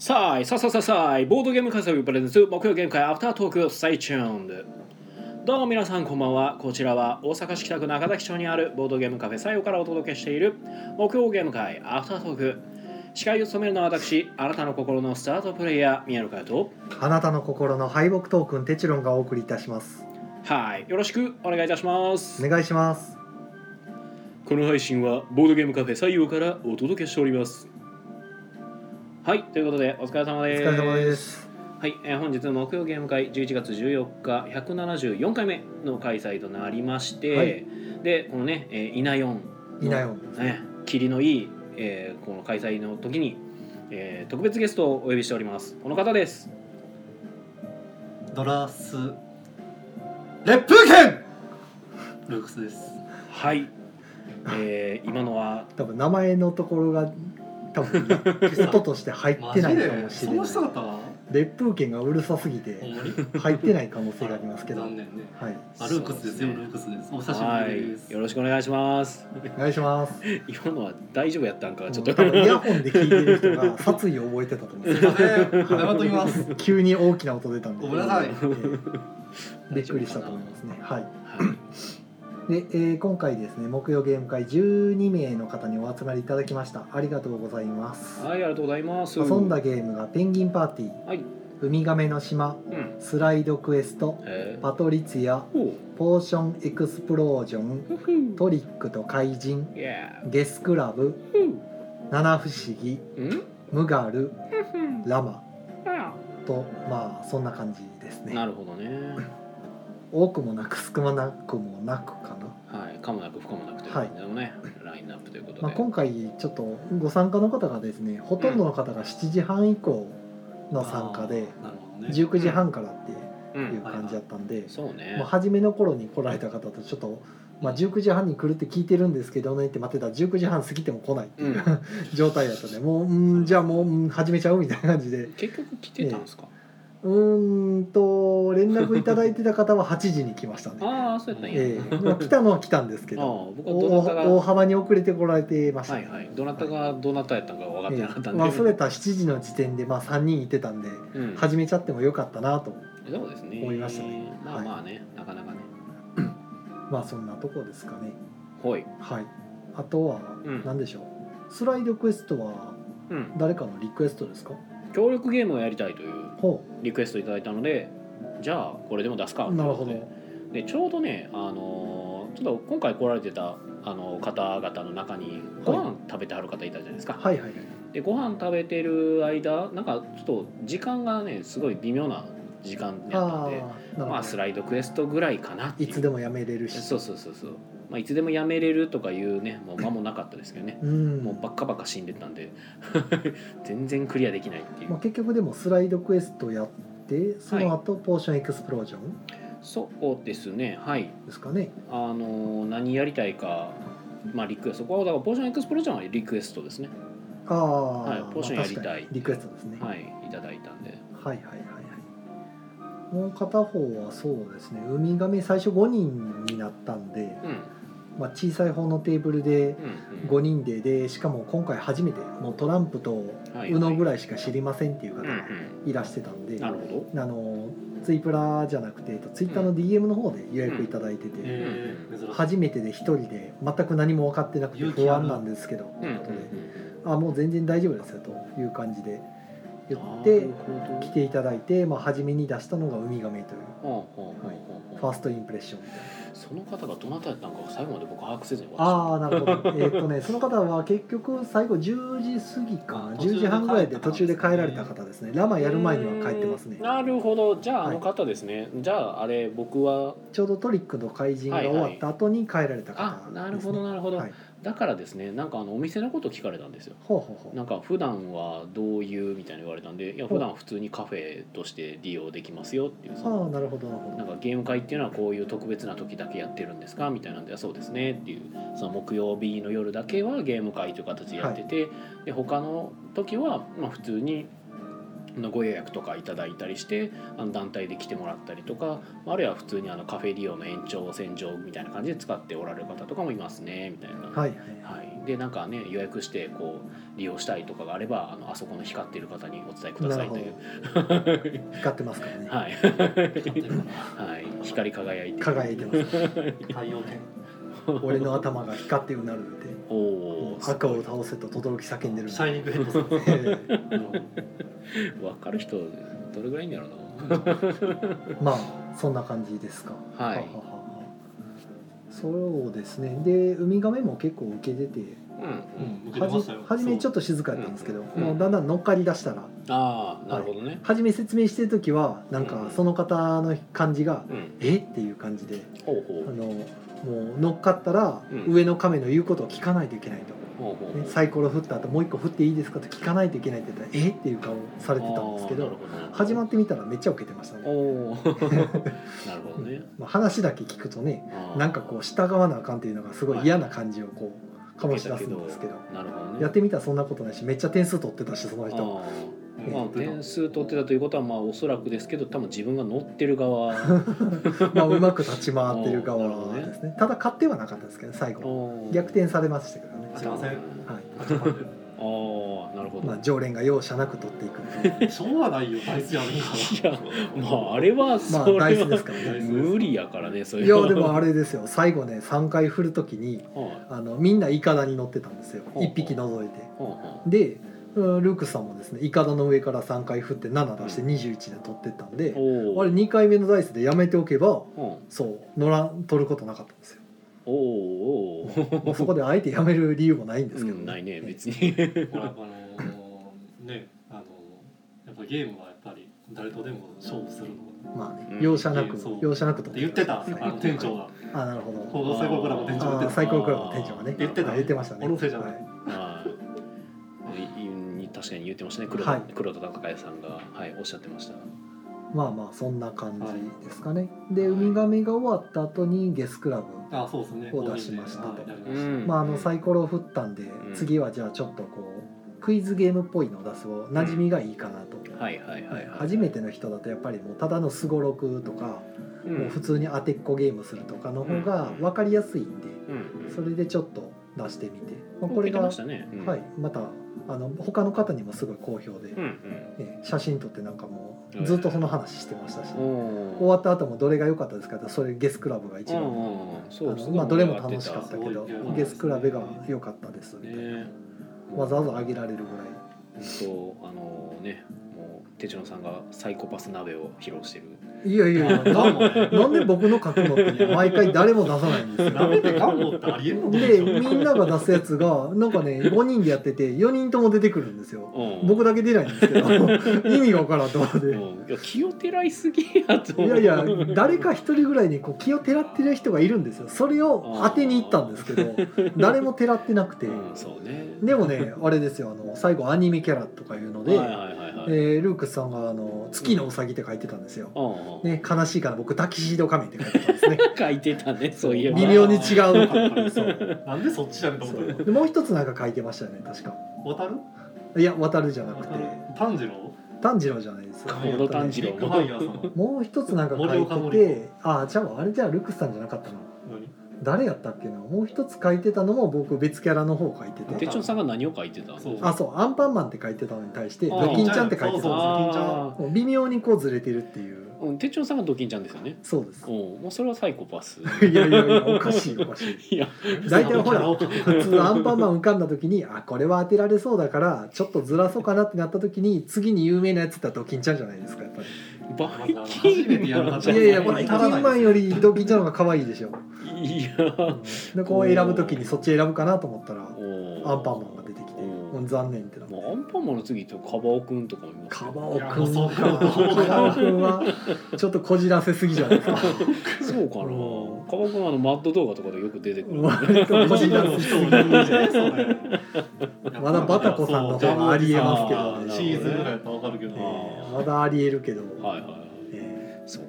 さあボードゲーム開催プレゼンツ木曜ゲーム会アフタートークステイチューンド。どうも皆さんこんばんは。こちらは大阪市北区中崎町にあるボードゲームカフェサヨからお届けしている木曜ゲーム会アフタートーク。司会を務めるのは私、あなたの心のスタートプレイヤー宮野佳代と、 あなたの心の敗北トークンテチロンがお送りいたします。 はい、よろしくお願いいたします。 お願いします。 この配信はボードゲームカフェサヨからお届けしております。はい、ということでお疲れ様です。 お疲れ様です。 はい、本日の木曜ゲーム会11月14日174回目の開催となりまして、はい、でこのね、イナヨンの霧のいい、この開催の時に、特別ゲストをお呼びしております。この方です。 ドラス烈風剣ルークスです。 はい、今のは多分名前のところが多分音として入ってないかもしれない。烈風剣がうるさすぎて入ってない可能性がありますけど。 残念ね。 はい。 ルークスですよ、ルークスです。お久しぶりです。 よろしくお願いします。 お願いします。 今のは大丈夫やったんかちょっと。 多分イヤホンで聞いてる人が殺意を覚えてたと思うんですよ。 謝っときます。 急に大きな音出たんで。 ごめんなさい。 びっくりしたと思いますね。はい。で、今回ですね、木曜ゲーム会12名の方にお集まりいただきました。ありがとうございます。 はい、ありがとうございます。 遊んだゲームがペンギンパーティー、 はい、 ウミガメの島、スライドクエスト、パトリツィア、ポーションエクスプロージョン、トリックと怪人、ゲスクラブ、七不思議、ムガル、ラマと、まあそんな感じですね。 なるほどね。 多くもなく少なくもなくかな。 はい、かもなく不可もなくという感じのね、ラインナップということで。 今回ちょっとご参加の方がですね、ほとんどの方が7時半以降の参加で、19時半からっていう感じだったんで、初めの頃に来られた方とちょっと、19時半に来るって聞いてるんですけどねって待ってたら19時半過ぎても来ないっていう、状態だったんで、もうじゃあもう始めちゃうみたいな感じで。 結局来てたんですか？ 連絡いただいてた方は8時に来ましたね。 ああ、そうやったんや。 来たのは来たんですけど、大幅に遅れてこられてましたね。 はいはい。どなたがどなたやったのか分かってなかったんで。 それた7時の時点で3人いてたんで、始めちゃってもよかったなと思いましたね。 まあまあね、なかなかね。 そんなとこですかね。 はい。 はい。あとは何でしょう。スライドクエストは誰かのリクエストですか？ 協力ゲームをやりたいというリクエストいただいたので、じゃあこれでも出すか。 なるほど。 でちょうどね、ちょっと今回来られてた方々の中にご飯食べてはる方いたじゃないですか。 はいはい。 でご飯食べてる間、なんかちょっと時間がねすごい微妙な時間やったんで、スライドクエストぐらいかなっていう。 いつでもやめれるし。 そう。いつでもやめれるとかいうね、もう間もなかったですけどね。もうバッカバカ死んでたんで全然クリアできないっていう。 結局でもスライドクエストやって、その後ポーションエクスプロージョン。 そうですね、はい。 ですかね。 何やりたいか、リクエスト。ここはだからポーションエクスプロージョンはリクエストですね。はい、ポーションやりたい。 リクエストですね。 はい、いただいたんで。 はい。もう片方はそうですね。ウミガメ最初5人になったんで。小さい方のテーブルで5人で、しかも今回初めてもうトランプと UNO ぐらいしか知りませんっていう方がいらしてたんで、 なるほど。ツイプラじゃなくてツイッターの DM の方で予約いただいてて、初めてで1人で全く何も分かってなくて不安なんですけどということで、もう全然大丈夫ですよという感じで言って来ていただいて、初めに出したのがウミガメというファーストインプレッションみたいな。 その方がどなたやったのか最後まで僕把握せずに終わっちゃった。なるほど。その方は結局最後10時過ぎかな、10時半ぐらいで途中で帰られた方ですね。ラマやる前には帰ってますね。 なるほど。じゃああの方ですね。じゃああれ僕はちょうどトリックの怪人が終わった後に帰られた方ですね。 なるほど。だからですね、なんかお店のこと聞かれたんですよ。なんか普段はどういうみたいに言われたんで、いや普段普通にカフェとして利用できますよっていう。 なるほど。 なんかゲーム会っていうのはこういう特別な時だけやってるんですかみたいなんで、そうですねっていう。その木曜日の夜だけはゲーム会という形でやってて、で他の時は普通にご予約とかいただいたりして団体で来てもらったりとか、あるいは普通にカフェ利用の延長線上みたいな感じで使っておられる方とかもいますねみたいな。 はい、 はい、でなんかね予約してこう利用したいとかがあればあそこの光っている方にお伝えくださいという光ってますからね。 はい、はい、光り輝いてます太陽圏俺の頭が光ってうなるって赤を倒せと轟叫んでる。 シャイニングヘッドさん分かる人どれぐらいいんだろうなまあそんな感じですか。 はい。 そうですね。でウミガメも結構受け出て、初めちょっと静かだったんですけど、もうだんだん乗っかり出したら、 なるほどね。 初め説明してる時はなんかその方の感じがえっていう感じで、もう乗っかったら上の亀の言うことを聞かないといけないと。サイコロ振った後もう一個振っていいですかと聞かないといけないって言ったらっていう顔されてたんですけど、始まってみたらめっちゃ受けてましたね。 なるほどね。 話だけ聞くとね、なんかこう従わなあかんっていうのがすごい嫌な感じをこう醸し出すんですけど、やってみたらそんなことないし、めっちゃ点数取ってたしその人。 点数取ってたということはおそらくですけど多分自分が乗ってる側うまく立ち回ってる側ですね。ただ勝ってはなかったですけど最後逆転されましたけどね。 すいません。はい。 なるほど。 常連が容赦なく取っていく。 しょうがないよ。ダイスやるんから。いやあれはダイスですからね。 無理やからね。それいやでもあれですよ。最後ね3回振るときにみんなイカダに乗ってたんですよ。1匹除いて。でルークさんもですねイカダの上から3回振って7出して21で取ってったんで、あれ2回目のダイスでやめておけばそう取ることなかったんですよ。そこであえてやめる理由もないんですけど、 ないね別に。 ねやっぱゲームはやっぱり誰とでも勝負するの。 まあね容赦なくと言ってた店長が。 なるほど。 サイコロクラブの店長がサイコロクラブの店長がね言ってましたね。 俺のせいじゃない。 確かに言ってましたね。黒田高也さんがおっしゃってました。 まあそんな感じですかね。でウミガメが終わった後にゲスクラブを出しましたと。サイコロを振ったんで次はじゃあちょっとこうクイズゲームっぽいのを出すを馴染みがいいかなと。初めての人だとやっぱりもうただのすごろくとか、もう普通に当てっこゲームするとかの方が分かりやすいんで、それでちょっと出してみて、これがまた他の方にもすごい好評で、写真撮ってなんかもうずっとその話してましたし、終わった後もどれが良かったですかって、それゲスクラブが一番、どれも楽しかったけどゲスクラブが良かったですみたいな、わざわざあげられるぐらい。 もう手帳さんがサイコパス鍋を披露してる。 いやなんで僕の書くのって毎回誰も出さないんですよ。 鍋でガンボってありえるのでみんなが出すやつがなんかね5人でやってて4人とも出てくるんですよ。僕だけ出ないんですけど意味が分からんと思って。 気をてらいすぎやと。 いや誰か一人ぐらいにこう気をてらってる人がいるんですよ。それを当てに行ったんですけど誰もてらってなくて。でもねあれですよ、最後アニメキャラとかいうのでルークスさんが月のうさぎって書いてたんですよ。ね、悲しいから僕タキシード仮面って書いてたんですね。 書いてたね、そういえば微妙に違うのかそう。 なんでそっちじゃねえと思ったの。もう一つなんか書いてましたよね、確か。 渡る？ いや、渡るじゃなくて。 炭治郎？ 炭治郎じゃないですよ。 炭治郎。 もう一つなんか書いてて、じゃああれじゃあルクスさんじゃなかったの。誰やったっけな。もう一つ書いてたのも僕別キャラの方書いてて。 手帳さんが何を書いてたの？ そうアンパンマンって書いてたのに対してドキンちゃんって書いてたんですよ。微妙にこうずれてるっていう。 手帳さんがドキンちゃんですよね。 そうです。 もうそれはサイコパス。 いやおかしい。いや大体ほら普通アンパンマン浮かんだ時にこれは当てられそうだからちょっとずらそうかなってなった時に次に有名なやつだとドキンちゃんじゃないですかやっぱり。 バイキンいやバイキンマンよりドキンちゃんの方が可愛いでしょ。 いやでこう選ぶ時にそっち選ぶかなと思ったらアンパンマンが出てきて残念ってなって。 アンパンマンの次ってカバオくんとかもいます。 カバオくんはちょっとこじらせすぎじゃないですか。 そうかな。カバオくんはマッド動画とかでよく出てくる。 こじらせすぎじゃないですか。まだバタコさんの方がありえますけどね。 シーズンぐらいやったらわかるけど。 まだありえるけど。 そうか。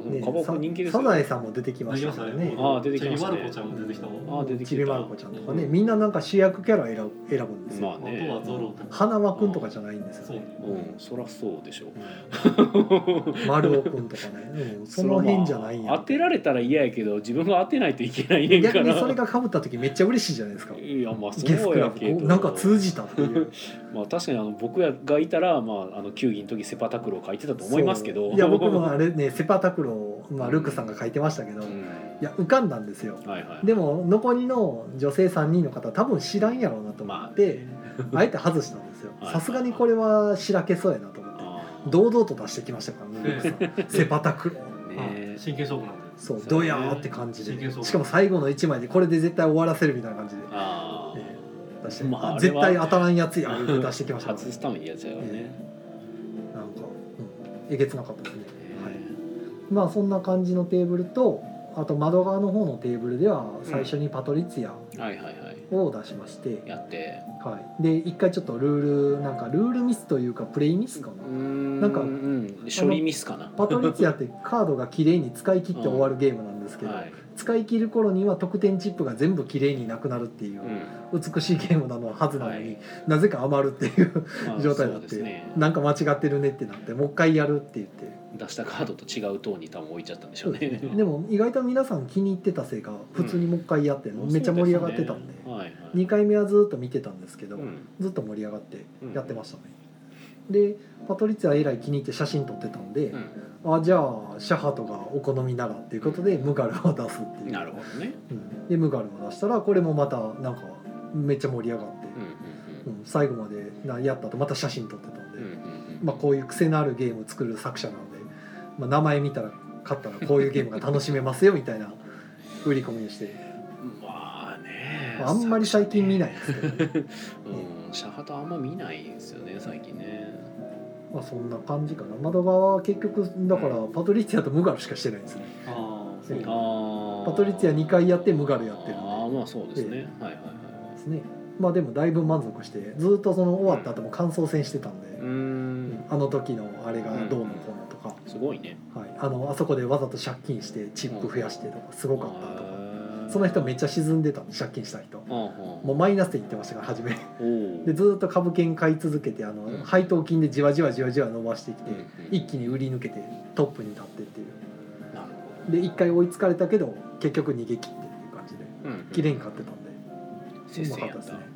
カバオくん人気ですよ。 サザエさんも出てきましたからね。 ああ出てきましたね。 ちびまる子ちゃんも出てきたもん。 ああ出てきた。 ちびまる子ちゃんとかね、みんななんか主役キャラ選ぶんですよ。 まあね。 あとはゾロとか花輪くんとかじゃないんですよね。 そらそうでしょう。 丸尾くんとかね、その辺じゃないんや。 当てられたら嫌やけど自分が当てないといけないねんから。 逆にそれが被った時めっちゃ嬉しいじゃないですか。 いやまあそうやけど。 なんか通じたっていう。 まあ確かに僕がいたら球技の時セパタクロー書いてたと思いますけど。 いや僕もあれねセパタクロールクさんが書いてましたけど、いや浮かんだんですよ。でも残りの女性3人の方多分知らんやろうなと思ってあえて外したんですよ。さすがにこれはしらけそうやなと思って堂々と出してきましたからね、ルクさん。セパタクロー。 真剣勝負なんで。 そうドヤーって感じで、しかも最後の1枚でこれで絶対終わらせるみたいな感じで出して、絶対当たらんやつやって出してきました。 外すためにやつやよね。 なんかえげつなかったですね。まあそんな感じのテーブルと、あと窓側の方のテーブルでは最初にパトリツィアを出しまして、 やって、 で一回ちょっとルールミスというかプレイミスかな、なんか処理ミスかな。 パトリツィアってカードが綺麗に使い切って終わるゲームなんですけど、使い切る頃には得点チップが全部綺麗になくなるっていう美しいゲームなのはずなのに、なぜか余るっていう状態になって、なんか間違ってるねってなって、もう一回やるって言って出したカードと違う塔に多分置いちゃったんでしょうね。 でも意外と皆さん気に入ってたせいか普通にもう一回やってめっちゃ盛り上がってたんで、2回目はずっと見てたんですけど、ずっと盛り上がってやってましたね。でパトリツィアえらい気に入って写真撮ってたんで、じゃあシャハトがお好みならっていうことでムガルを出すっていう。 なるほどね。 でムガルを出したらこれもまたなんかめっちゃ盛り上がって、最後までやった後また写真撮ってたんで、こういう癖のあるゲーム作る作者なんで、名前見たら買ったらこういうゲームが楽しめますよみたいな売り込みをして、 まあね、 あんまり最近見ないですけどね。 シャハトあんま見ないですよね最近ね。 そんな感じかな。窓側は結局だからパトリツィアとムガルしかしてないんですね。パトリツィア2回やってムガルやってるんで。 まあそうですね。 ですね。でもだいぶ満足してずっとその終わった後も感想戦してたんで、あの時のあれがどうのこうのとか、 すごいね。 あそこでわざと借金してチップ増やしてとかすごかったとか。その人めっちゃ沈んでたんで、借金した人もうマイナスで言ってましたから初めで、ずっと株券買い続けて配当金でじわじわ伸ばしてきて、一気に売り抜けてトップに立ってっていうで、一回追いつかれたけど結局逃げ切ってっていう感じで綺麗に勝ってたんでうまかったですね。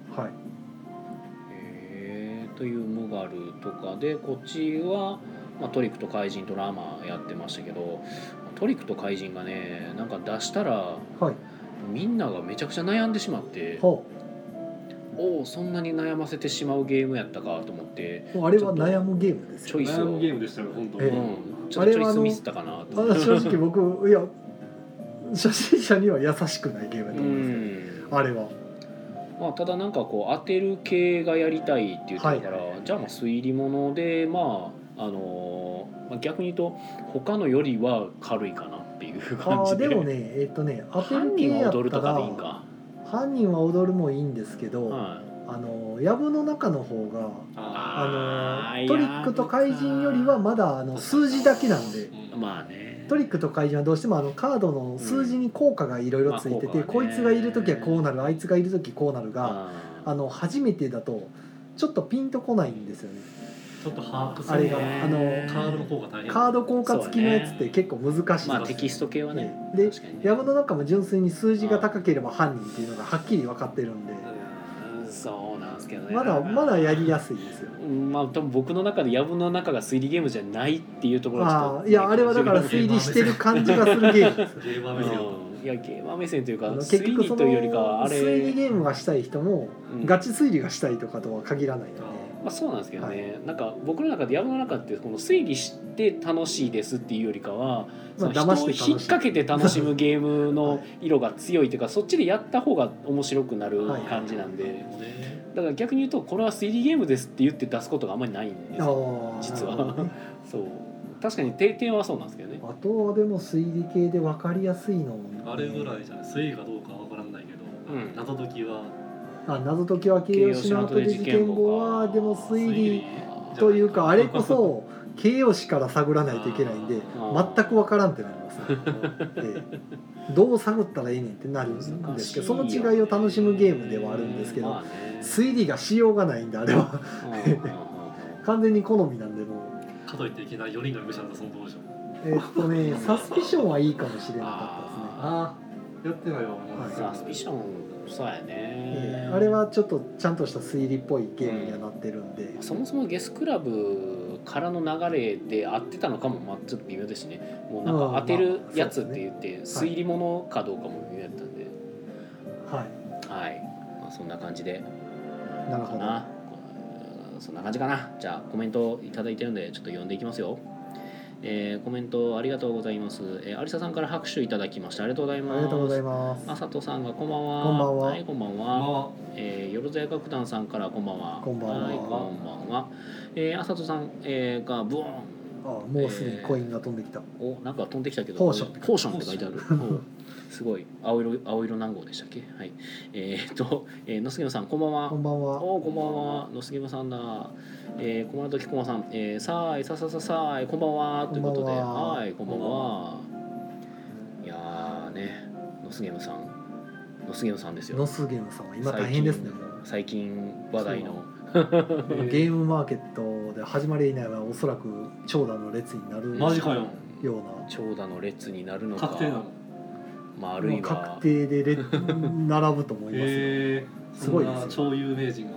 というムガルとかで、こっちはトリックと怪人とラマやってましたけど、トリックと怪人がねなんか出したら、みんながめちゃくちゃ悩んでしまって、そんなに悩ませてしまうゲームやったかと思って。 あれは悩むゲームですよ。 チョイス悩むゲームでしたよ本当。 ちょっとチョイスミスったかなと。 正直僕初心者には優しくないゲームだと思いますけど、あれは。 ただなんかこう当てる系がやりたいって言ってたから、じゃあ推理物で逆に言うと他のよりは軽いかなっていう感じで。 でもね当てる系やったら犯人は踊るもいいんですけど、藪の中の方がトリックと怪人よりはまだ数字だけなんで、トリックと怪人はどうしてもカードの数字に効果がいろいろついてて、こいつがいる時はこうなる、あいつがいる時こうなるが初めてだとちょっとピンとこないんですよね。 ちょっと把握すあれがカードの効果大変。 カード効果付きのやつって結構難しい。 テキスト系はね。 で藪の中も純粋に数字が高ければ犯人っていうのがはっきり分かってるんで、 そうなんですけどね。 まだやりやすいですよ。 多分僕の中で藪の中が推理ゲームじゃないっていうところはちょっと、 いやあれはだから推理してる感じがするゲームですよ。 ゲーマー目線。 いやゲーマー目線というか結局その推理というよりかは推理ゲームがしたい人もガチ推理がしたいとかとは限らないので。 そうなんですけどね、なんか僕の中で藪の中ってこの推理して楽しいですっていうよりかは、人を引っ掛けて楽しむゲームの色が強いというか、そっちでやった方が面白くなる感じなんで、だから逆に言うとこれは推理ゲームですって言って出すことがあんまりないんですよ実は。そう確かに点はそうなんですけどね。 あとはでも推理系で分かりやすいのあれぐらいじゃない、推理かどうかは分からないけど、謎解きは謎解きは形容詞の後で事件簿はでも推理というか、あれこそ形容詞から探らないといけないんで全く分からんってなりますね、どう探ったらいいねんってなるんですけど、その違いを楽しむゲームではあるんですけど、推理がしようがないんであれは完全に好みなんで、もうかといっていきなり4人の武者だとそのどうでしょう。 サスピションはいいかもしれなかったですね。 ああ、やってないよ、 サスピション、そうやね、 あれはちょっとちゃんとした推理っぽいゲームにはなってるんで、 そもそもゲスクラブからの流れで合ってたのかも、ちょっと微妙ですしね。もうなんか当てるやつって言って推理物かどうかも微妙やったんで、はい、そんな感じでなるほど、 そんな感じかな。じゃあコメントいただいてるんでちょっと読んでいきますよ。コメントありがとうございます。有沙さんから拍手いただきました。ありがとうございます。 ありがとうございます。 あさとさんがこんばんは。 こんばんは。 はい、こんばんは。よろずや楽団さんからこんばんは。 こんばんは。 はい、こんばんは。あさとさん、がブオーン。 もうすでにコインが飛んできた。 なんか飛んできたけど。 ポーションって書いてある。すごい青色何号でしたっけ。はい。のすげむさんこんばんは。 こんばんは。 こんばんは。のすげむさんだ。小村時駒さん、さーいこんばんはということで、はい、こんばんは。いやーね、のすげむさんですよ。 のすげむさんは今大変ですね。 最近話題のゲームマーケットで始まり以内はおそらく長蛇の列になるマジかよような長蛇の列になるのか、 確定なの、 あるいは確定で並ぶと思いますよ。すごいですよ。 超有名人が、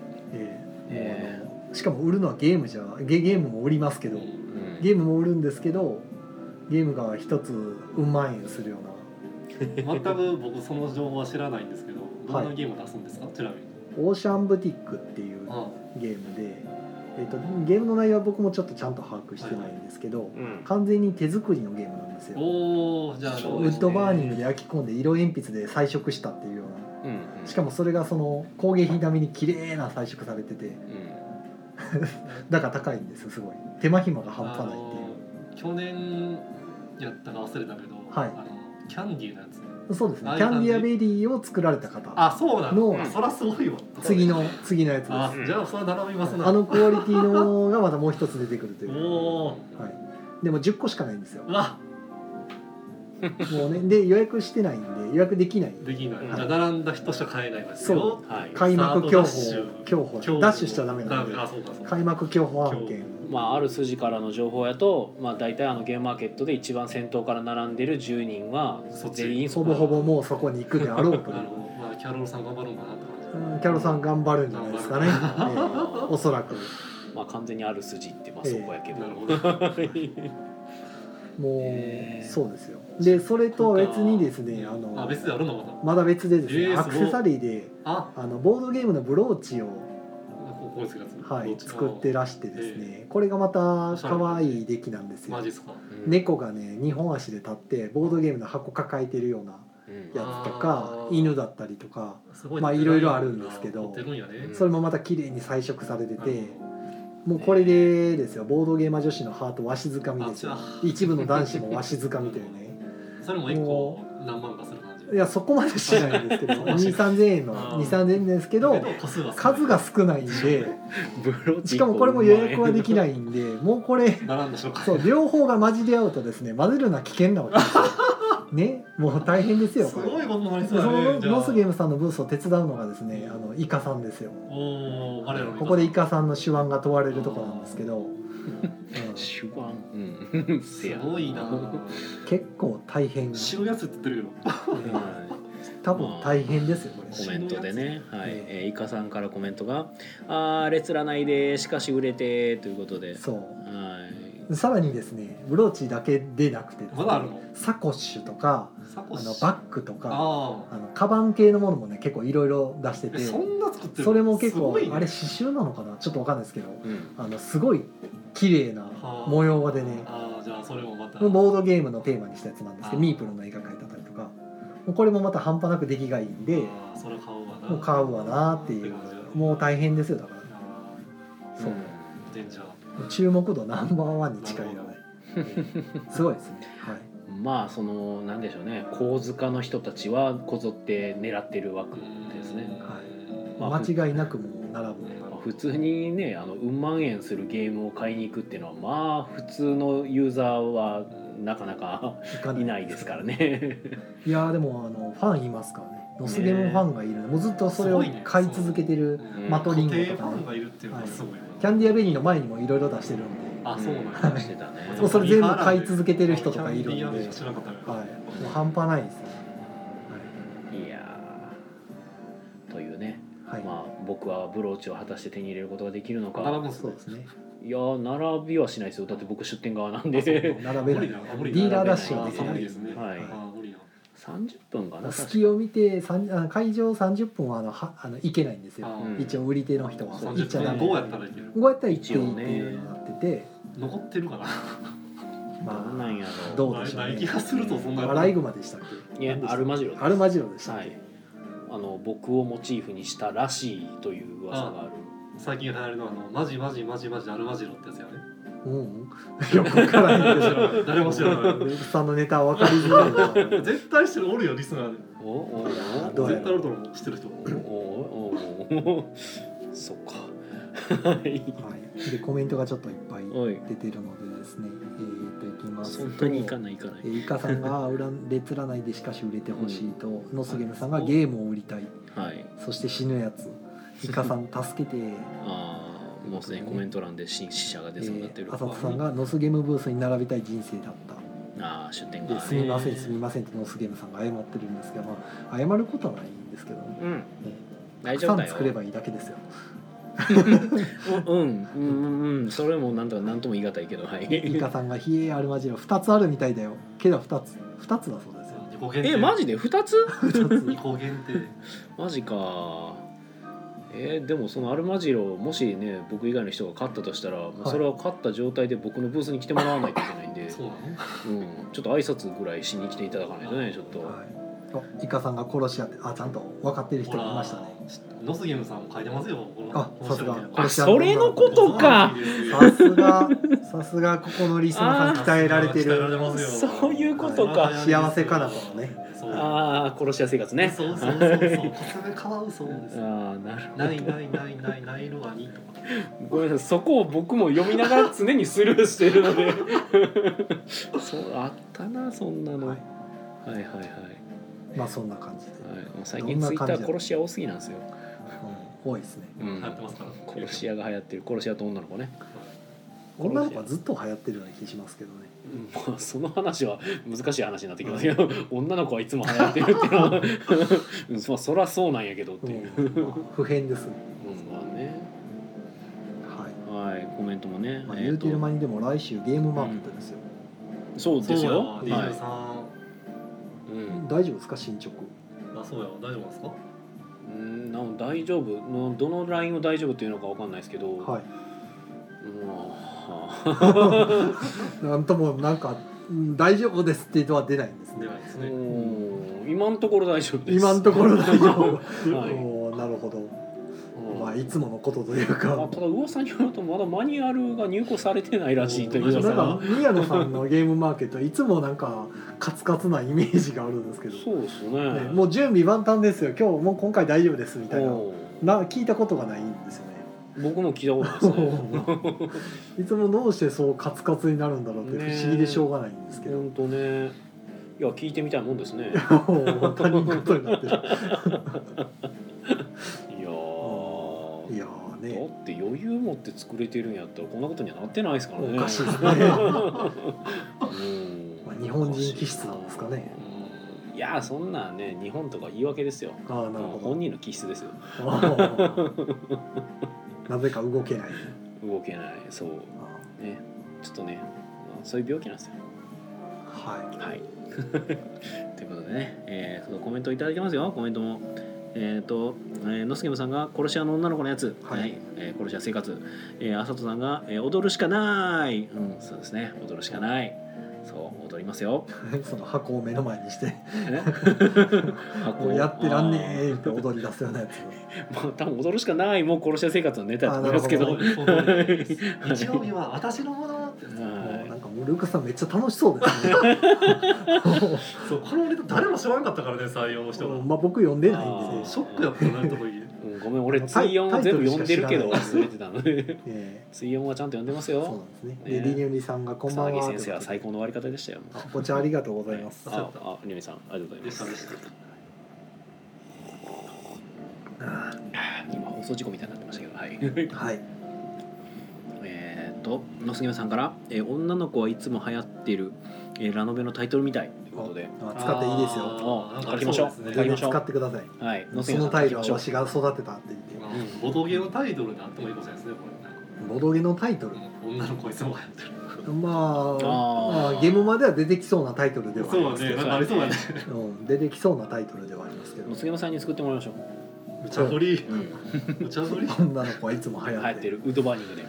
しかも売るのはゲームも売りますけど、ゲームも売るんですけど、ゲームが一つうん万円するような全く僕その情報は知らないんですけど、どんなゲームを出すんですか、ちなみに。 オーシャンブティックっていうゲームで、ゲームの内容は僕もちょっとちゃんと把握してないんですけど、完全に手作りのゲームなんですよ。 じゃあウッドバーニングで焼き込んで色鉛筆で彩色したっていうような、しかもそれがその工芸品並みに綺麗な彩色されてて、だから高いんですよ。すごい手間暇が半端ないっていう。 去年やったか忘れたけど、キャンディーのやつ。 そうですね。キャンディアベリーを作られた方の、そらすごいわ。 次のやつです。じゃあそれ並びますね。 クオリティのがまたもう一つ出てくるという。でも10個しかないんですよ。もうね、で予約してないんで予約できない。 じゃあ並んだ人しか買えないですよ。 開幕競歩ダッシュしちゃダメなんで。開幕競歩案件。 ある筋からの情報やと、大体ゲームマーケットで一番先頭から並んでる10人は全員ほぼほぼもうそこに行くであろうという。 キャロルさん頑張るんだなって感じ。 キャロルさん頑張るんじゃないですかね。おそらく。 完全にある筋ってそこやけど。 もうそうですよ。でそれと別にですね、 別であるのまだ別でですね、アクセサリーでボードゲームのブローチを作ってらしてですね、これがまた可愛い出来なんですよ。猫がね2本足で立ってボードゲームの箱抱えてるようなやつとか、犬だったりとか、いろいろあるんですけど、それもまた綺麗に彩色されてて。もうこれでですよ、ボードゲーマー女子のハートわしづかみですよ。一部の男子もわしづかみというね。 それも1個何万かする感じ。 いやそこまでしないんですけど2,3,000円の2,3,000円ですけど、数が少ないんで、しかもこれも予約はできないんで、もうこれそう両方が混じり合うとですね、混ぜるのは危険なわけですよね。もう大変ですよ。 すごいことになりそうだね。 ノスゲームさんのブースを手伝うのがですね、イカさんですよ。ここでイカさんの手腕が問われるところなんですけど、 手腕、 すごいな。 結構大変。 白やつって言ってるけど。 多分大変ですよこれ。 コメントでね、イカさんからコメントが列らないでしかし売れてということで、 そう。さらにですね、ブローチだけでなくてですね、サコッシュとかバッグとかカバン系のものもね結構いろいろ出してて、それも結構あれ刺繍なのかなちょっとわかんないですけど、すごい綺麗な模様でね、ボードゲームのテーマにしたやつなんですけど、ミープルの絵が描いてあったりとか、これもまた半端なく出来がいいんで、もう買うわなっていう。もう大変ですよだから。そう。注目度ナンバー1に近いよね。すごいですね。 そのなんでしょうね、構図家の人たちはこぞって狙ってる枠ですね。 間違いなくもう並ぶ。 普通にねうん万円するゲームを買いに行くっていうのはまあ普通のユーザーはなかなかいないですからね。 いやでもファンいますからね。ノスゲームファンがいる、もうずっとそれを買い続けてるマトリンゴとかね、キャンディアベリーの前にもいろいろ出してるんで、 あそうなん出してたね。 それ全部買い続けてる人とかいるんで、はい、もう半端ないですよ。 いやというね、 はい、 まあ僕はブローチを果たして手に入れることができるのか。 そうですね。 いや並びはしないですよ。だって僕出店側なんで。 並べない。ディーラーダッシュはできないですね。 はい。30分かな。 隙を見て会場30分は行けないんですよ。一応売り手の人は行っちゃダメ。5やったらいける。 5やったら一応ねっていうのがなってて、 残ってるかな。 まあなんやろどうでしょうね。 気がするとそんな。 アライグマでしたっけ？ いやアルマジロ。 アルマジロでしたっけ？ はい。僕をモチーフにしたらしいという噂がある。 最近流行るのはマジマジマジマジアルマジロってやつやね。 よくわからないけど誰も知らない。 レフさんのネタは分かりづらい。 絶対してるおるよリスナーで。絶対おると思う知ってる人。 そっか。はい。 でコメントがちょっといっぱい出てるのでですね。いきますと。 そんなにいかない。 イカさんが列占いでしかし売れてほしいと、ノスゲムさんがゲームを売りたい。 はい。 そして死ぬやつ。イカさん助けて。 もうすでにコメント欄で死者が出そうになってる。 浅田さんがノスゲームブースに並びたい人生だった。 出店が、 すみませんってノスゲームさんが謝ってるんですけど、謝ることはないんですけどね。大丈夫だよ。作ればいいだけですよ。 それもなんとも言い難いけど、はい。 イカさんがヒエアルマジロ2つあるみたいだよ。けど2つだそうですよ。マジで2つ ？2個限定。 マジか。でもそのアルマジロもしね僕以外の人が勝ったとしたら、それは勝った状態で僕のブースに来てもらわないといけないんで、そうなの？ちょっと挨拶ぐらいしに来ていただかないとねちょっと。 イカさんが殺し屋ってちゃんと分かってる人がいましたね。 ノスゲームさんも書いてますよ。 さすが殺し屋。それのことか。 さすがここのリスナーさん鍛えられてる。 そういうことか。 幸せかなとね。 殺し屋生活ね。 そう。コスメカワウソです。 なるほど。 ないのはにとか。 ごめんなさい。そこを僕も読みながら常にスルーしてるので。そうあったなそんなの。はい。 まあそんな感じで。 最近ツイッター殺し屋多すぎなんですよ。 多いですね。 殺し屋が流行ってる。殺し屋と女の子ね。 女の子はずっと流行ってるような気しますけどね。 その話は難しい話になってきますけど、女の子はいつも流行ってるっていうのはそりゃそうなんやけどっていう、 不変ですね。 まあね。はい、コメントもね。 言うてる間にでも来週ゲームマーケットですよ。 そうですよ。 大丈夫ですか進捗？ そうや大丈夫ですか？ 大丈夫。どのラインを大丈夫っていうのかわかんないですけど。はい。 なんとも大丈夫ですっていうのは出ないんですね。 今のところ大丈夫です。 今のところ大丈夫。なるほど。いつものことというか。 ただ噂によるとまだマニュアルが入稿されてないらしいという。 宮野さんのゲームマーケットいつもカツカツなイメージがあるんですけど。 そうですね。 もう準備万端ですよ。今回大丈夫ですみたいな聞いたことがないんですよね。 僕も聞いたことないですね。 いつもどうしてそうカツカツになるんだろうって不思議でしょうがないんですけど。 本当ね。いや聞いてみたいもんですね。 他人事になってる。いやね。 だって余裕持って作れてるんやったらこんなことにはなってないですからね。 おかしいですね。日本人気質なんですかね。 いやそんなね日本とか言い訳ですよ。 なるほど。 本人の気質ですよ。 なぜか動けない。 そうねちょっとねそういう病気なんですよ。はい。ということでね、コメントいただきますよ。コメントもノスケムさんが殺し屋の女の子のやつ、殺し屋生活、あさとさんが、踊るしかない、そうですね踊るしかない。そう踊りますよ。 その箱を目の前にして箱やってらんねえって踊り出すようなやつ。 多分踊るしかないもう殺し屋生活のネタやと思いますけど。 日曜日は私のものって。 なんかもうルーカさんめっちゃ楽しそうですね。 そうこのネタ誰も知らなかったからね採用の人が。 僕読んでないんでショックやったなとこに。 ごめん俺追音全部読んでるけど忘れてたので追音はちゃんと読んでますよ。 そうなんですね。でリニュリさんがこんばんは。 草薙先生は最高の終わり方でしたよ。 ご茶ありがとうございます。 リニュリさんありがとうございます。今放送事故みたいになってましたけど、はい。はい。野杉さんから、女の子はいつも流行っている、ラノベのタイトルみたいということで、 使っていいですよ。 書きましょう。 書きましょう。使ってください。はい。そのタイトルはわしが育てたって言って。 ボドゲのタイトルであってもいいかもしれないですね。これボドゲのタイトル。 女の子いつも流行ってる。 まあゲームまでは出てきそうなタイトルではありますけど。 そうね。ありそうだね。 出てきそうなタイトルではありますけど。 野杉さんに作ってもらいましょう。 無茶ぶり。無茶ぶり。 女の子はいつも流行ってるウッドバーニングで。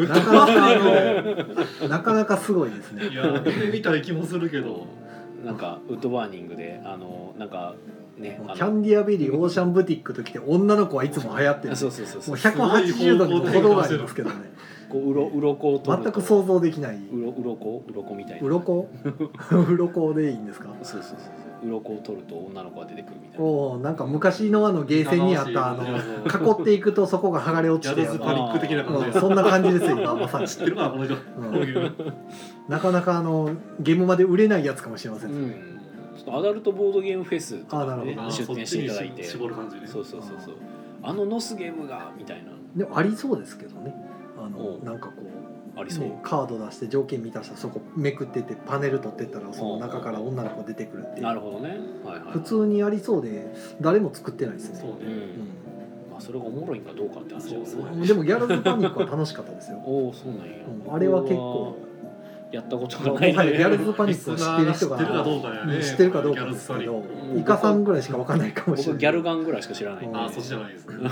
なかなかすごいですね。 いや見たい気もするけど、 なんかウッドバーニングでなんかね、 キャンディアベリーオーシャンブティックときて女の子はいつも流行ってる。 そうそうそう。 もう180度に程がありますけどね。 こううろこを取る。 全く想像できない。 うろこみたいな。 うろこでいいんですか。 そうそうそう。鱗を取ると女の子が出てくるみたいな。 おなんか昔のゲーセンにあった囲っていくとそこが剥がれ落ちてヤドズパニック的な感じ、 そんな感じですよ今まさに。 知ってるかなこの人、 なかなかゲームまで売れないやつかもしれませんね。 ちょっとアダルトボードゲームフェスとかね出店していただいて、 絞る感じね。 そうノスゲームがみたいな。 でもありそうですけどね。なんかこうありそう、 カード出して条件満たしたらそこめくっててパネル取ってったらその中から女の子出てくるっていう。 なるほどね、はいはい、 普通にありそうで誰も作ってないですね。 そうね、まあそれがおもろいんかどうかって話ですね。でもギャルズパニックは楽しかったですよ。 おお、そうなんや、 あれは結構やったことがないのでギャルズパニックを知ってる人が知ってるかどうかですけど、イカさんぐらいしかわかんないかもしれない。 僕ギャルガンぐらいしか知らない。 そっちじゃないですね。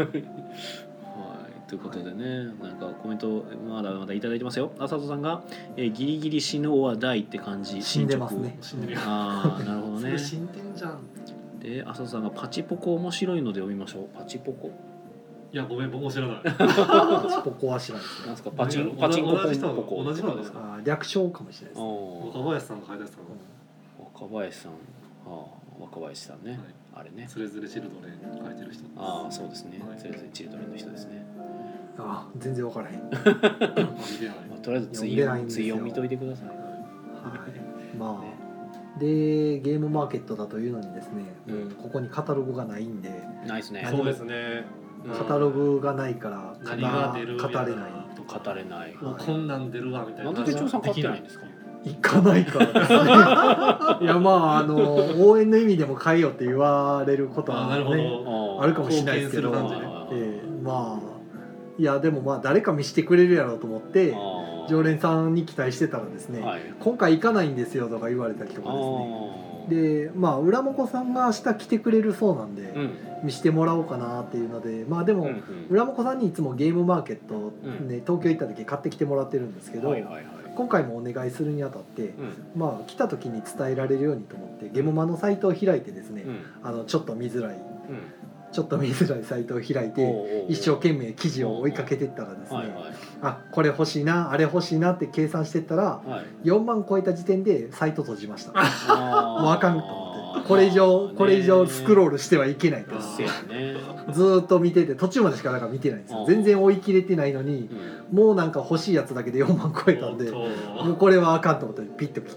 ということでね、なんかコメントまだまだいただいてますよ。あさとさんが、ギリギリ死ぬは大って感じ。 死んでますね。 ああ、なるほどね。 死んでんじゃん。 で、あさとさんがパチポコ面白いので読みましょう。パチポコ。 いやごめん僕も知らない。 パチポコは知らないですね。 なんですかパチンコポコ同じ人ですか。 略称かもしれないです。 若林さんが書いたやつかな。 若林さん、若林さんね。あれね。 それぞれチルドレン書いてる人。 ああそうですね。それぞれチルドレンの人ですね。 あ全然分からへん。 とりあえず追音見といてください。はい。 まあでゲームマーケットだというのにですね、ここにカタログがないんで。 ないですね。 そうですね。 カタログがないから何が出る語れない。 こんなん出るわみたいな。 なんで手帳さん買ってないんですか。 行かないからいやまあ応援の意味でも買えよって言われることはねあるかもしれないですけど、まあいやでもまあ誰か見してくれるやろうと思って常連さんに期待してたらですね、今回行かないんですよとか言われたりとかですね。でまあ浦本さんが明日来てくれるそうなんで、見してもらおうかなっていうので、まあでも浦本さんにいつもゲームマーケットね東京行った時買ってきてもらってるんですけど、今回もお願いするにあたって、まあ来た時に伝えられるようにと思ってゲームマのサイトを開いてですね、ちょっと見づらいサイトを開いて一生懸命記事を追いかけていったらですね、あこれ欲しいなあれ欲しいなって計算していったら、4万超えた時点でサイト閉じました。もうあかんと思って、これ以上スクロールしてはいけないと、ずっと見てて途中までしか見てないんですよ。全然追い切れてないのに、もうなんか欲しいやつだけで4万超えたんで、もうこれはあかんと思ってピッと切って、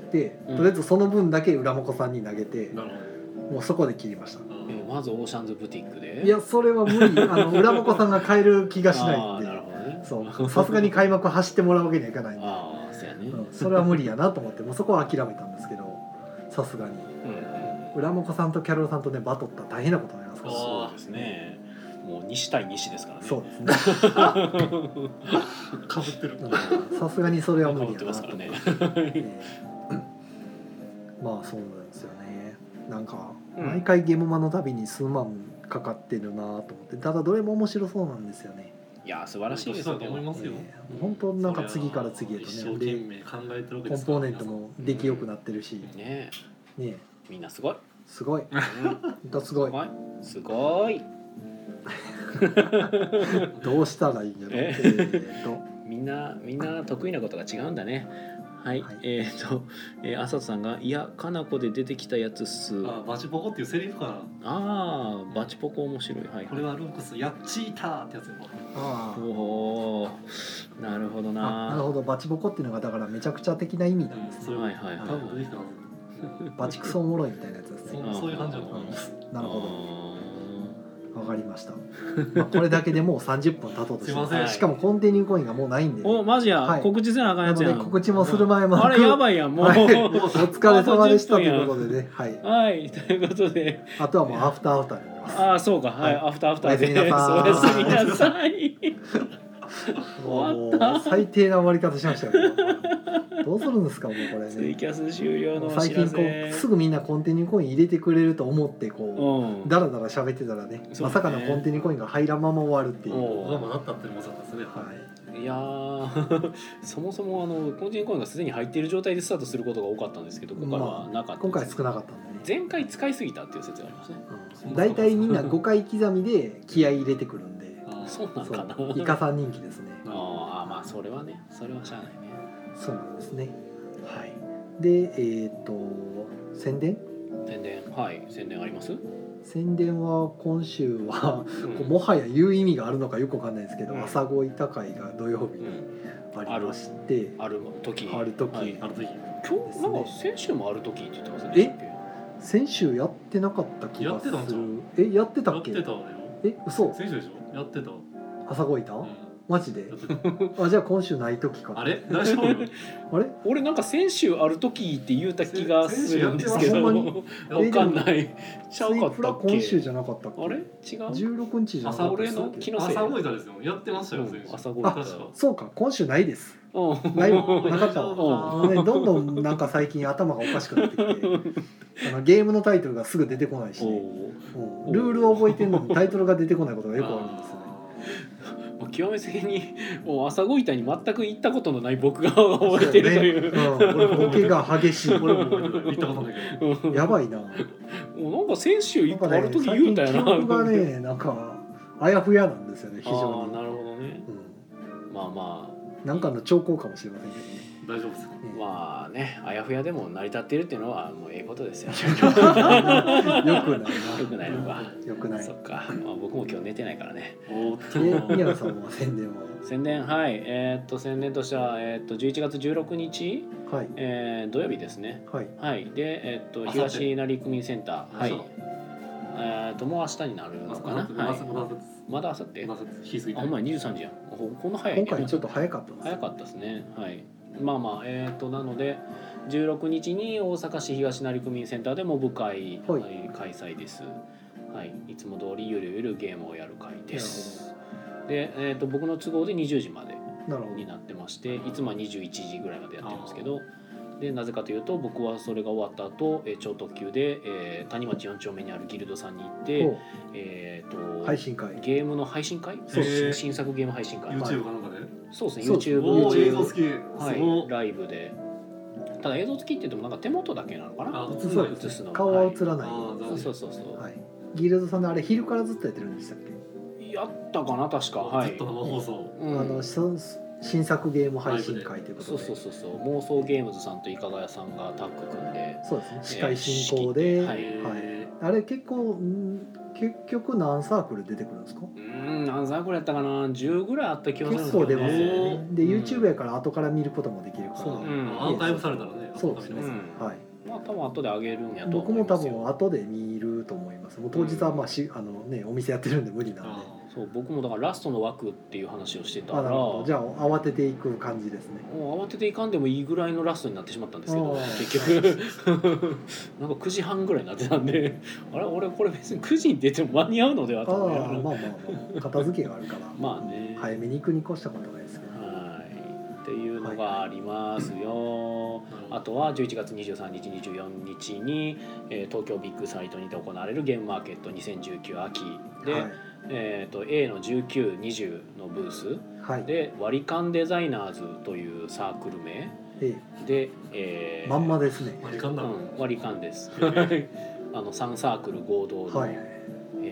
とりあえずその分だけ浦本さんに投げて、もうそこで切りました。 まずオーシャンズブティックで。 いやそれは無理。浦本さんが買える気がしないんで、そうさすがに開幕走ってもらうわけにはいかないんで、それは無理やなと思って、もうそこは諦めたんですけど、さすがに浦本さんとキャロルさんとねバトったら大変なことになりますから。 そうですね。もう西対西ですからね。 そうですね。 かぶってる。 さすがにそれは無理やなと思って。まあそうなんですよね。なんか毎回ゲームマのたびに数万かかってるなと思って、ただどれも面白そうなんですよね。 いや素晴らしいですよ。 思いますよ。 本当なんか次から次へとね。 一生懸命考えてるわけです。 コンポーネントも出来良くなってるし。 ねみんなすごい。 すごい。本当すごい。 すごい。 どうしたらいいんやろ。 みんな得意なことが違うんだね。はい、あさとさんがいやかなこで出てきたやつっす。 バチポコっていうセリフかな。 バチポコ面白い。はい。 これはルークスやっちーたーってやつよ。 おお、なるほどな。 なるほど、バチボコっていうのがだからめちゃくちゃ的な意味なんですね。 はいはいはい。 多分出てきたはず。バチクソおもろいみたいなやつですね。 そういう感じだと思います。 なるほど。わかりました。これだけでもう30分経とうとしてます。しかもコンティニューコインがもうないんで。 お、マジや。告知せなあかんやつやん。 告知もする前も。 あれやばいやんもう。お疲れ様でしたということでね。はい。 はい、ということで。 あとはもうアフターになります。 そうか。はい、アフターで。 おやすみなさい。 終わった。最低な終わり方しましたよ。どうするんですかもうこれね。 ツイキャス終了のお知らせ。最近すぐみんなコンティニューコイン入れてくれると思ってダラダラ喋ってたらね、まさかのコンティニューコインが入らんまま終わるっていう。 まだったってもさったですね。 いやそもそもコンティニューコインがすでに入っている状態でスタートすることが多かったんですけど、今回はなかった。 今回少なかったんでね。 前回使いすぎたっていう説がありますね。 だいたいみんな5回刻みで気合い入れてくるんで。 そうなんかな。 イカさん人気ですね。 まあそれはね、それはしゃあないね。 そうなんですね。 はい。 で宣伝あります？宣伝は今週は、もはや言う意味があるのかよくわかんないですけど、朝ごいた会が土曜日にありまして、 ある時今日なんか先週もある時って言ってますね。 先週やってなかった気がする。やってたっけ？嘘？ 先週でしょ？やってた。 朝ごいた？マジで？じゃあ今週ない時か。 あれ？大丈夫？ あれ？ 俺なんか先週ある時って言った気がするんですけど、わかんない。ちゃうかったっけ？ 今週じゃなかったっけ？ あれ？違う ？16日じゃなかったっけ？ 俺の気のせい。 朝ごいたですよ。やってましたよ先週。 朝ごいた。 そうか、今週ないです。ないなかったわ。どんどんなんか最近頭がおかしくなってきて、ゲームのタイトルがすぐ出てこないし、ルールを覚えてるのにタイトルが出てこないことがよくあるんですよね。 極めつけにもう朝ごいたに全く行ったことのない僕が覚えてるという。 ボケが激しい。 俺も行ったことないけど。 やばいな。 なんか先週一個ある時言うたよな。 記憶がね、なんかあやふやなんですよね。非常に。 なるほどね。まあなんかの兆候かもしれませんけどね。 大丈夫ですか？ まあね、あやふやでも成り立っているっていうのはもうことですよ。よくないな。よくないのか。 よくない。 そっか。僕も今日寝てないからね。 宮野さんは宣伝は？ 宣伝、はい。宣伝としては11月16日、土曜日ですね。はい。で東成区民センター、はい。もう明日になるのかな。まだ明後日。ほんまに23時やん。こんな早い。 今回ちょっと早かったです。 早かったですね。はい。なので16日に大阪市東成区民センターでモブ会、開催です。はい。いつも通りゆるゆるゲームをやる会です。で、僕の都合で20時までになってまして、いつもは21時ぐらいまでやってるんですけど。でなぜかというと僕はそれが終わった後超特急で、谷町4丁目にあるギルドさんに行って、 配信会、 ゲームの配信会、そうですね、新作ゲーム配信会、 YouTube かなんかで、 そうですね、 YouTube 映像付き、 はい、ライブで、ただ映像付きって言ってもなんか手元だけなのかな、 映すの顔は映らない、 そう、 はい、ギルドさんであれ昼からずっとやってるんでしたっけ？ やったかな確か、はい、 ずっと生放送、 新作ゲーム配信会ということで、 そう妄想ゲームズさんといかがやさんがタッグ組んで、 そうですね、司会進行で、あれ結局何サークル出てくるんですか？ 何サークルやったかな、10ぐらいあった気がするんですけど、結構出ますよね。で YouTube やから後から見ることもできるから、 アーカイブされたらね、 そうですね、はい。 まあ多分後で上げるんやと僕も多分後で見ると思います。もう当日はまあお店やってるんで無理なんで。 そう、僕もだからラストの枠っていう話をしてたら、 じゃあ慌てていく感じですね。 もう慌てていかんでもいいぐらいのラストになってしまったんですけど、結局なんか9時半ぐらいになってたんで、あれ俺これ別に9時に出ても間に合うのではと思いながら、 まあ片付けがあるからまあね、 早めに行くに越したことないですけど、 っていうのがありますよ。あとは11月23日24日に、東京ビッグサイトにて行われるゲームマーケット2019秋で、A の1920のブース、で割り勘デザイナーズというサークル名で、 まんまですね。 割り勘だ、 割り勘です3サークル合同の、2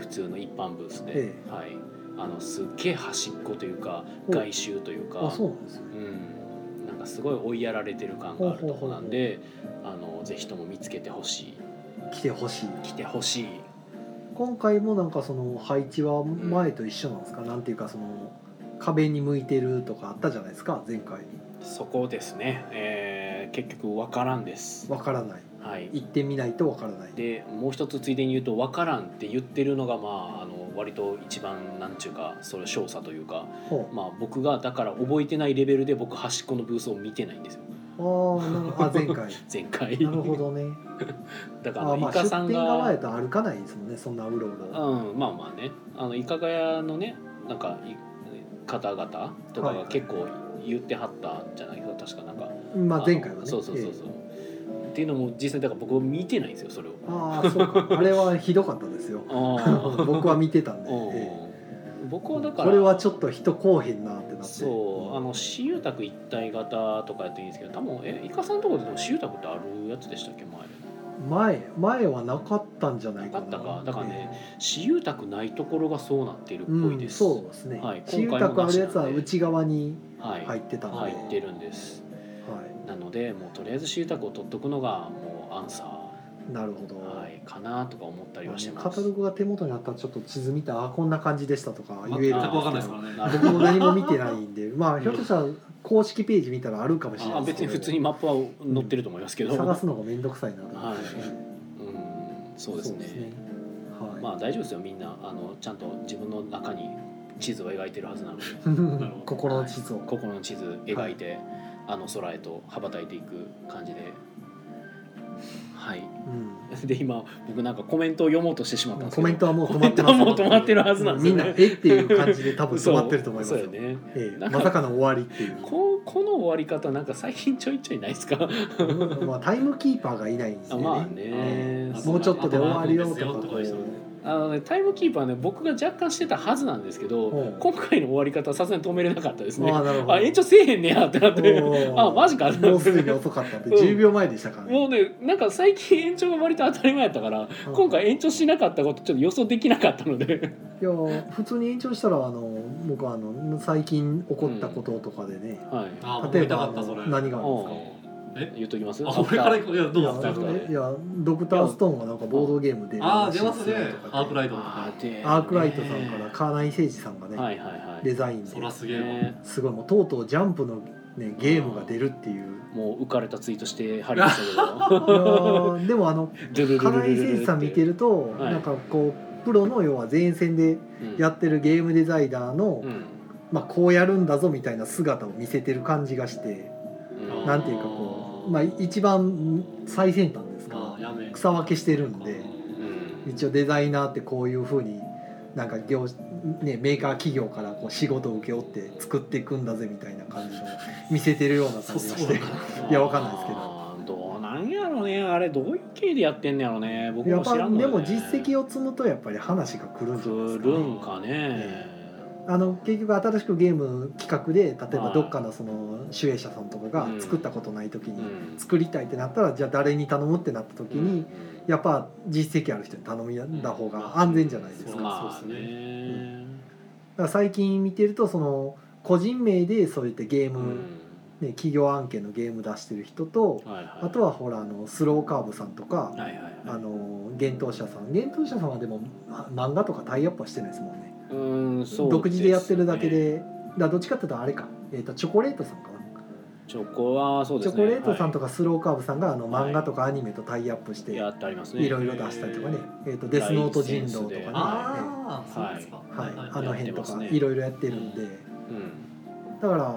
普通の一般ブースで、はい、すっげえ端っこというか外周というか、 そうなんですよ、 なんかすごい追いやられてる感があるとこなんで、ぜひとも見つけてほしい、 来てほしい。今回もなんかその配置は前と一緒なんですか、なんていうかその壁に向いてるとかあったじゃないですか前回。 そこですね、結局分からんです。 分からない、 はい、 行ってみないと分からない。 でもう一つついでに言うと分からんって言ってるのが割と一番なんちゅうかそれ少佐というか、僕がだから覚えてないレベルで僕端っこのブースを見てないんですよ。 前回なるほどね。 だからイカさんが出店側やと歩かないですもんね、そんなうろうろ。 まあね、イカガヤのねなんか方々とかが結構言ってはったんじゃないか、確かなんか、 前回はね。 そう、っていうのも実際だから僕は見てないんですよそれを。 そうか。あれはひどかったですよ。僕は見てたんで。 僕はだからこれはちょっと人こうへんなってなって。 私有宅一体型とかやっていいんですけど、多分イカさんのところでも私有宅ってあるやつでしたっけ前はなかったんじゃないかな。 なかったか。だからね、私有宅ないところがそうなってるっぽいです。 そうですね。私有宅あるやつは内側に入ってたんで。 入ってるんです。なのでもうとりあえず私有宅を取っとくのがもうアンサー。 なるほど、 かなとか思ったりはしてます。 カタログが手元にあったらちょっと地図見たらこんな感じでしたとか言えるんですけど、 分かんないですからね、僕も何も見てないんでひょっとしたら公式ページ見たらあるかもしれないですけど、 別に普通にマップは載ってると思いますけど、 探すのがめんどくさいなと思って、 そうですね。まあ大丈夫ですよ、みんなちゃんと自分の中に地図を描いてるはずなので心の地図を描いて、空へと羽ばたいていく感じで。はい、で今僕なんかコメントを読もうとしてしまったんですけど、 コメントはもう止まってます。 もう止まってるはずなんですよね。 みんなっていう感じで多分止まってると思いますよね。 まさかの終わりっていう。 この終わり方なんか最近ちょいちょいないですか。 タイムキーパーがいないんですよね。もうちょっとで終わるよとかタイムキーパーね、僕が若干してたはずなんですけど、今回の終わり方はさすがに止めれなかったですね。延長せえへんねやってなって、マジか。 もうすでに遅かったって10秒前でしたからね。 もうね、なんか最近延長が割と当たり前やったから、今回延長しなかったことちょっと予想できなかったので。 いや普通に延長したら僕は最近起こったこととかでね、例えば何があるんですか。 言っときます。 俺から行く。いやどういやドクターストーンはなんかボードゲームで出ますね。アークライトとか。 アークライトさんからカーナイ誠司さんがねデザインで、 そらすげえ。 すごいもうとうとうジャンプのねゲームが出るっていう。 もう浮かれたツイートしてはりましたけど。 でもカーナイ誠司さん見てるとなんかこうプロの要は前線でやってるゲームデザイナーのこうやるんだぞみたいな姿を見せてる感じがして、なんていうかこう。一番最先端ですから草分けしてるんで、一応デザイナーってこういう風になんかメーカー企業からこう仕事を請け負って作っていくんだぜみたいな感じを見せてるような感じがして、いやわかんないですけど、 どうなんやろね、あれどういう経緯でやってんねやろね、僕も知らんので、 でも実績を積むとやっぱり話が来るんじゃないですか。 来るんかね。 結局新しくゲーム企画で例えばどっかのその主営者さんとかが作ったことない時に作りたいってなったら、じゃあ誰に頼むってなった時にやっぱ実績ある人に頼みだ方が安全じゃないですか。そうですね。だから最近見てるとその個人名でそういったゲーム、企業案件のゲーム出してる人と、あとはほらスローカーブさんとか幻冬舎さんはでも漫画とかタイアップはしてないですもんね。独自でやってるだけで、どっちかっていうとあれか、チョコレートさんかな。 チョコレートさんとかスローカーブさんが漫画とかアニメとタイアップしていろいろ出したりとかね、デスノート人狼とかね、あの辺とかいろいろやってるんで、だから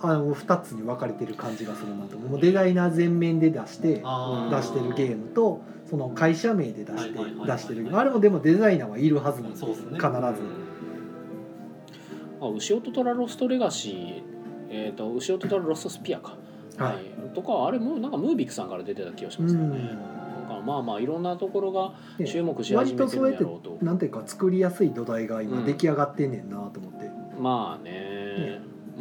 2つに分かれてる感じがするなと。もうデザイナー全面で出してるゲームとその会社名で出してる、あれもでもデザイナーはいるはずなんです、必ず。 牛音トラロストレガシー、牛音トラロストスピアか、とかあれもなんかムービックさんから出てた気がしますよね。まあいろんなところが注目し始めてるんやろうと。 なんていうか作りやすい土台が今出来上がってんねんなと思って。 まあね、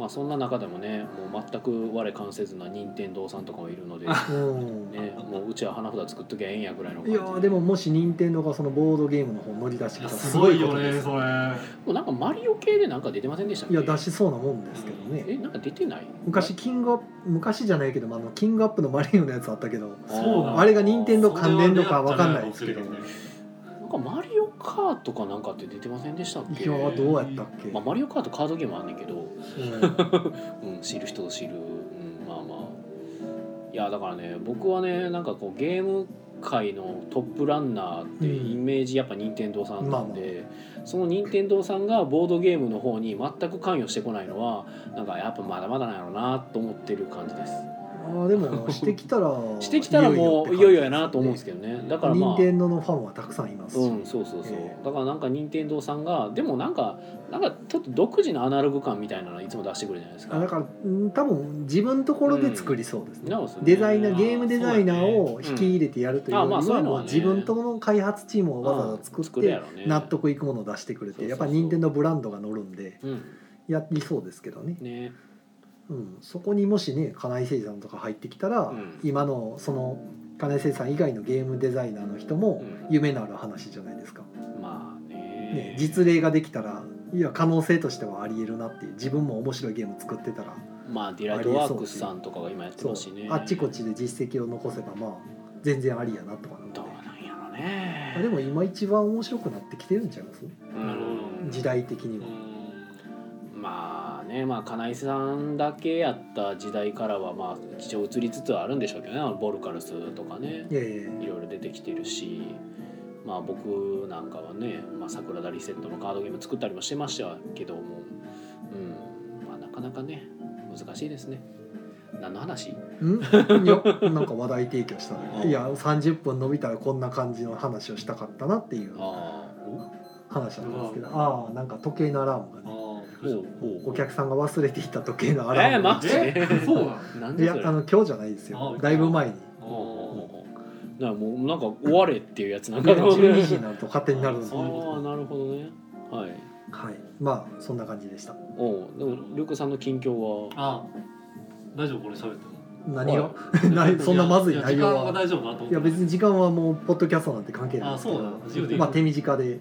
まあそんな中でもねもう全く我関せずな任天堂さんとかもいるので、ね、もううちは花札作っときゃええんやぐらいの感じで。 いやでももし任天堂がそのボードゲームの方乗り出してきたらすごいよねそれ。もうなんかマリオ系でなんか出てませんでしたっけ？ いや出しそうなもんですけどね。 なんか出てない？ 昔じゃないけどキングアップのマリオのやつあったけど、 そうあれが任天堂関連のかわかんないですけど。 なんかマリオカートかなんかって出てませんでしたっけ？ いやどうやったっけ？ まあマリオカートカードゲームあんねんけど、知る人ぞ知る、まあまあいやだからね僕はねなんかこうゲーム界のトップランナーってイメージやっぱ任天堂さんなんで、その任天堂さんがボードゲームの方に全く関与してこないのはなんかやっぱまだまだなんやろうなと思ってる感じです。 でもしてきたらもういよいよやなと思うんですけどね。だからまあ任天堂のファンはたくさんいますし、 そうだからなんか任天堂さんがでもなんかちょっと独自のアナログ感みたいなのいつも出してくるじゃないですか。 だから多分自分のところで作りそうですね。ゲームデザイナーを引き入れてやるというよりはもう自分との開発チームをわざわざ作って納得いくものを出してくれて、やっぱり任天堂ブランドが乗るんでやりそうですけどね。そこにもしね金井誠司さんとか入ってきたら、今のその金井誠司さん以外のゲームデザイナーの人も夢のある話じゃないですか。 まあね、 実例ができたらいや可能性としてはありえるなっていう、自分も面白いゲーム作ってたらまあディライトワークスさんとかが今やってますしね。 あっちこっちで実績を残せばまあ全然ありやなとか。 どうなんやろね。 でも今一番面白くなってきてるんちゃいます？時代的には。 まあね、まあ金井さんだけやった時代からはまあ一応移りつつはあるんでしょうけどね。ボルカルスとかね、いろいろ出てきてるし、まあ僕なんかはね、桜田リセットのカードゲーム作ったりもしてましたけども、まあなかなかね難しいですね。何の話？いやなんか話題提供したね。いや30分伸びたらこんな感じの話をしたかったなっていう話なんですけど、なんか時計のアラームがね。お客さんが忘れていた時計のアラームマジで？そうなんで？いや今日じゃないですよ。だいぶ前に。 だからもうなんか終われっていうやつなんか 12時になると勝手になるんです。 なるほどね。はい。 まあそんな感じでした。 でもルークさんの近況は？ 大丈夫これ喋っても。 何がそんなまずい内容は。 時間は大丈夫かと思って。 いや別に時間はもうポッドキャストなんて関係ないですけど。まあ手短で。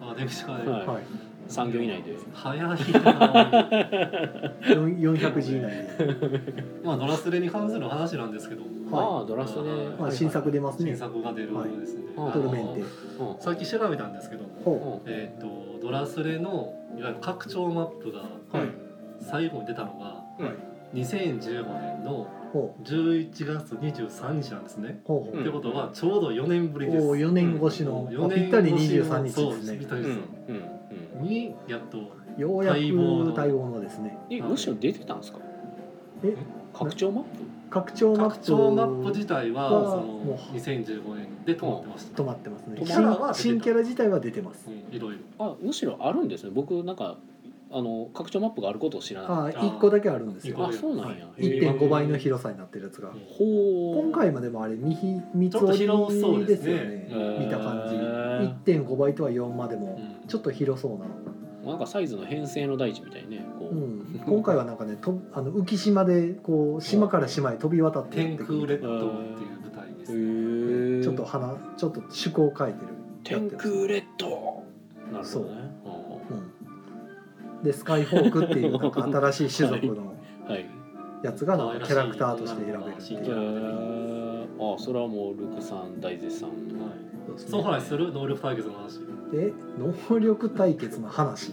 3行以内で早いな 400字以内でドラスレに関する話なんですけど、 ドラスレ、 新作出ますね。 新作が出るですね。 トルメンテさっき調べたんですけど、ドラスレのいわゆる拡張マップが最後に出たのが2015年の11月23日なんですね。ってことはちょうど4年ぶりです。 4年越しのぴったり23日ですね。 にやっとようやく待望のですね。 むしろ出てたんですか？拡張マップ？ 拡張マップ自体はその2015年で止まってました。 止まってますね。新キャラ自体は出てます。 いろいろ。 むしろあるんですね。僕なんか拡張マップがあることを知らなかった。 1個だけあるんですよ。 そうなんや。 1.5 倍の広さになってるやつが。今回までもあれ三つ折りですよね。見た感じ。1.5 倍とは4までもちょっと広そうな。 なんかサイズの編成の大地みたいにね。 今回はなんかね浮島でこう島から島へ飛び渡って天空レッドっていう舞台ですね。ちょっと趣向を変えてる。 天空レッド。なるほどね。 でスカイホークっていうなんか新しい種族のやつがなんかキャラクターとして選べるっていう。 それはもうルクさん大絶賛。 そう話する能力対決の話。 能力対決の話。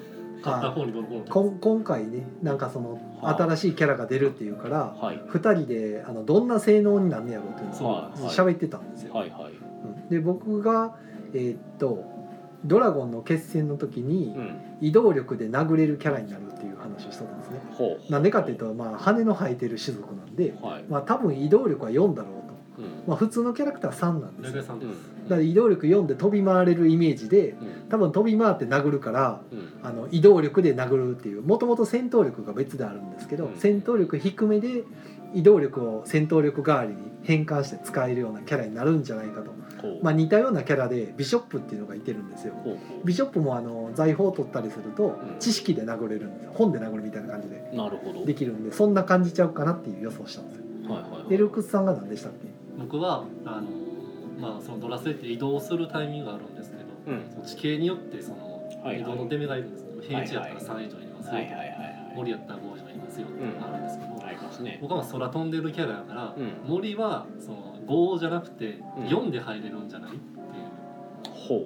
今回ねなんかその新しいキャラが出るっていうから2人でどんな性能になんねやろうっていうのを喋ってたんですよ。で僕がドラゴンの決戦の時に移動力で殴れるキャラになるっていう話をしてたんですね。なんでかっていうと羽の生えてる種族なんで多分移動力は4だろうと。 まあ、普通のキャラクター3なんですよ。 だから移動力4で飛び回れるイメージで、多分飛び回って殴るから、移動力で殴るっていう、もともと戦闘力が別であるんですけど、戦闘力低めで移動力を戦闘力代わりに変換して使えるようなキャラになるんじゃないかと。まあ、似たようなキャラでビショップっていうのがいてるんですよ。ビショップも財宝を取ったりすると知識で殴れるんですよ。本で殴るみたいな感じでできるんで、そんな感じちゃうかなっていう予想したんですよ。エルクスさんが何でしたっけ？ 僕はまあ、そのドラスレって移動するタイミングがあるんですけど、その地形によってその移動の出目がいるんですけど、平地やったら3以上いますよ、森やったら5以上いますよっていうのがあるんですけど、僕は空飛んでるキャラだから、森はその5じゃなくて4で入れるんじゃないっていう、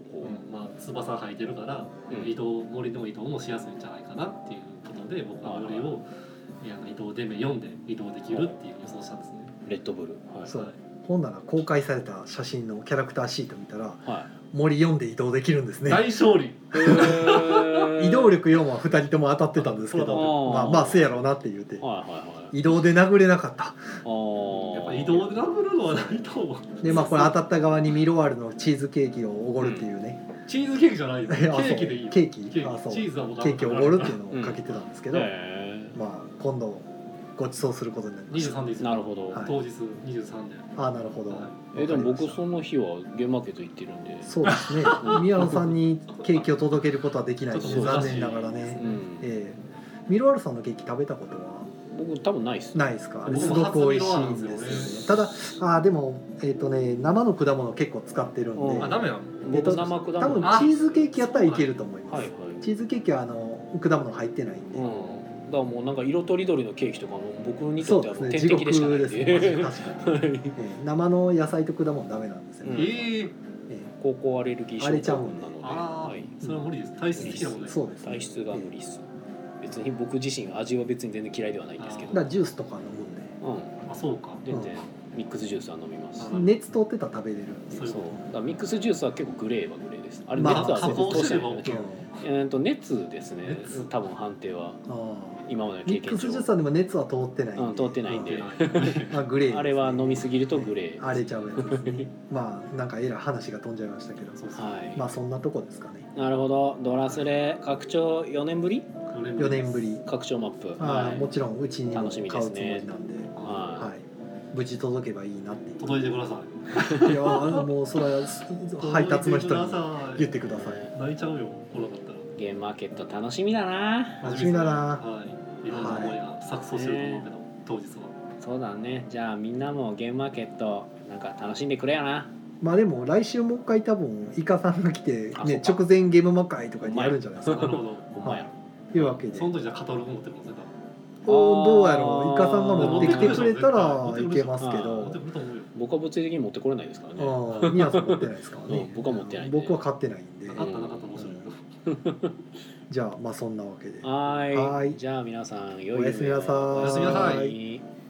まあ、翼生えてるから森の移動もしやすいんじゃないかなっていうことで、僕は森を移動出目4で移動できるっていう予想したんですね。 レッドブル、 そうほんなら公開された写真のキャラクターシート見たら、森4で移動できるんですね。 大勝利。 移動力4は2人とも当たってたんですけど、まあせやろうなって言うて、移動で殴れなかった。 やっぱ移動で殴るのはないと思う。 で、まあこれ当たった側にミロワールのチーズケーキをおごるっていうね、 チーズケーキじゃないよ、ケーキでいいよ。 ケーキ、 チーズは僕はケーキをおごるっていうのをかけてたんですけど、まあ今度ご馳走することになりました。 23です。 なるほど。 当日23で。 なるほど。 でも僕その日はゲームマーケット行ってるんで。 そうですね。宮野さんにケーキを届けることはできないので残念ながらね。ミロワールさんのケーキ食べたことは？ 僕多分ないです。 ないですか。すごく美味しいんですよね。ただでも生の果物結構使ってるんで。 ダメなの？ 僕生果物。 多分チーズケーキやったらいけると思います。チーズケーキは果物入ってないんで。 だからもうなんか色とりどりのケーキとかも僕にとってはもう天敵でしかないんで、 確かに生の野菜と果物ダメなんですよね。 高校アレルギー症候群なので、 それは無理です。体質的なもんね。 そうです。 体質が無理です。別に僕自身味は別に全然嫌いではないんですけど。 だからジュースとか飲むんで。 そうか。 全然ミックスジュースは飲みます。 熱通ってたら食べれる。 そう。だからミックスジュースは結構グレーはグレーです。あれ熱は通してない。熱ですね。多分判定は。今までの経験上。 ミックスジュースはでも熱は通ってない。 通ってないんで。 グレー。 あれは飲みすぎるとグレー。 荒れちゃうやつですね。まあなんか話が飛んじゃいましたけど。まあそんなとこですかね。 なるほど。ドラスレ拡張4年ぶり ？4年ぶり。 拡張マップ。 もちろんうちにも買うつもりなんで。はい。無事届けばいいなって。 届いてください。 いやもうそれは配達の人に言ってください。 泣いちゃうよ。来なかったら。 ゲームマーケット楽しみだな。 楽しみだな。 はい。いろんな思いが錯綜してると思うけど、当日は。 そうだね。じゃあみんなもゲームマーケットなんか楽しんでくれよな。 まあでも来週もう一回多分イカさんが来てね、直前ゲームマ会とかにやるんじゃないですか。 なるほど。 お前や。 いうわけで。 その時はカタログ持ってますね。 どうやろう。イカさんが持ってきてくれたらいけますけど。 僕は物理的に持ってこれないですからね。 宮さん持ってないですからね。 僕は持ってない。 僕は買ってないんで。 なかった面白い。 じゃあまあそんなわけで。 はい。じゃあ皆さん良いおやすみなさい。 おやすみなさい。